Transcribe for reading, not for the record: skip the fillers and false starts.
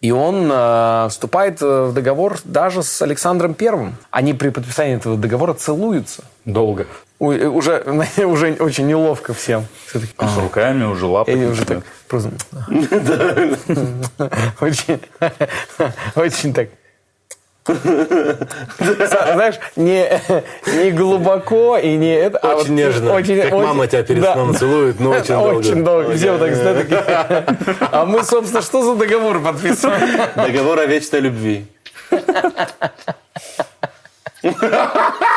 И он вступает в договор даже с Александром Первым. Они при подписании этого договора целуются. Долго. Уже очень неловко всем. С руками, уже лапами. Уже так просто... Очень так... Знаешь, не глубоко и не это... Очень нежно. Как мама тебя перед сном целует, но очень долго. Очень долго. Все вот так стоят. А мы, собственно, что за договор подписываем? Договор о вечной любви.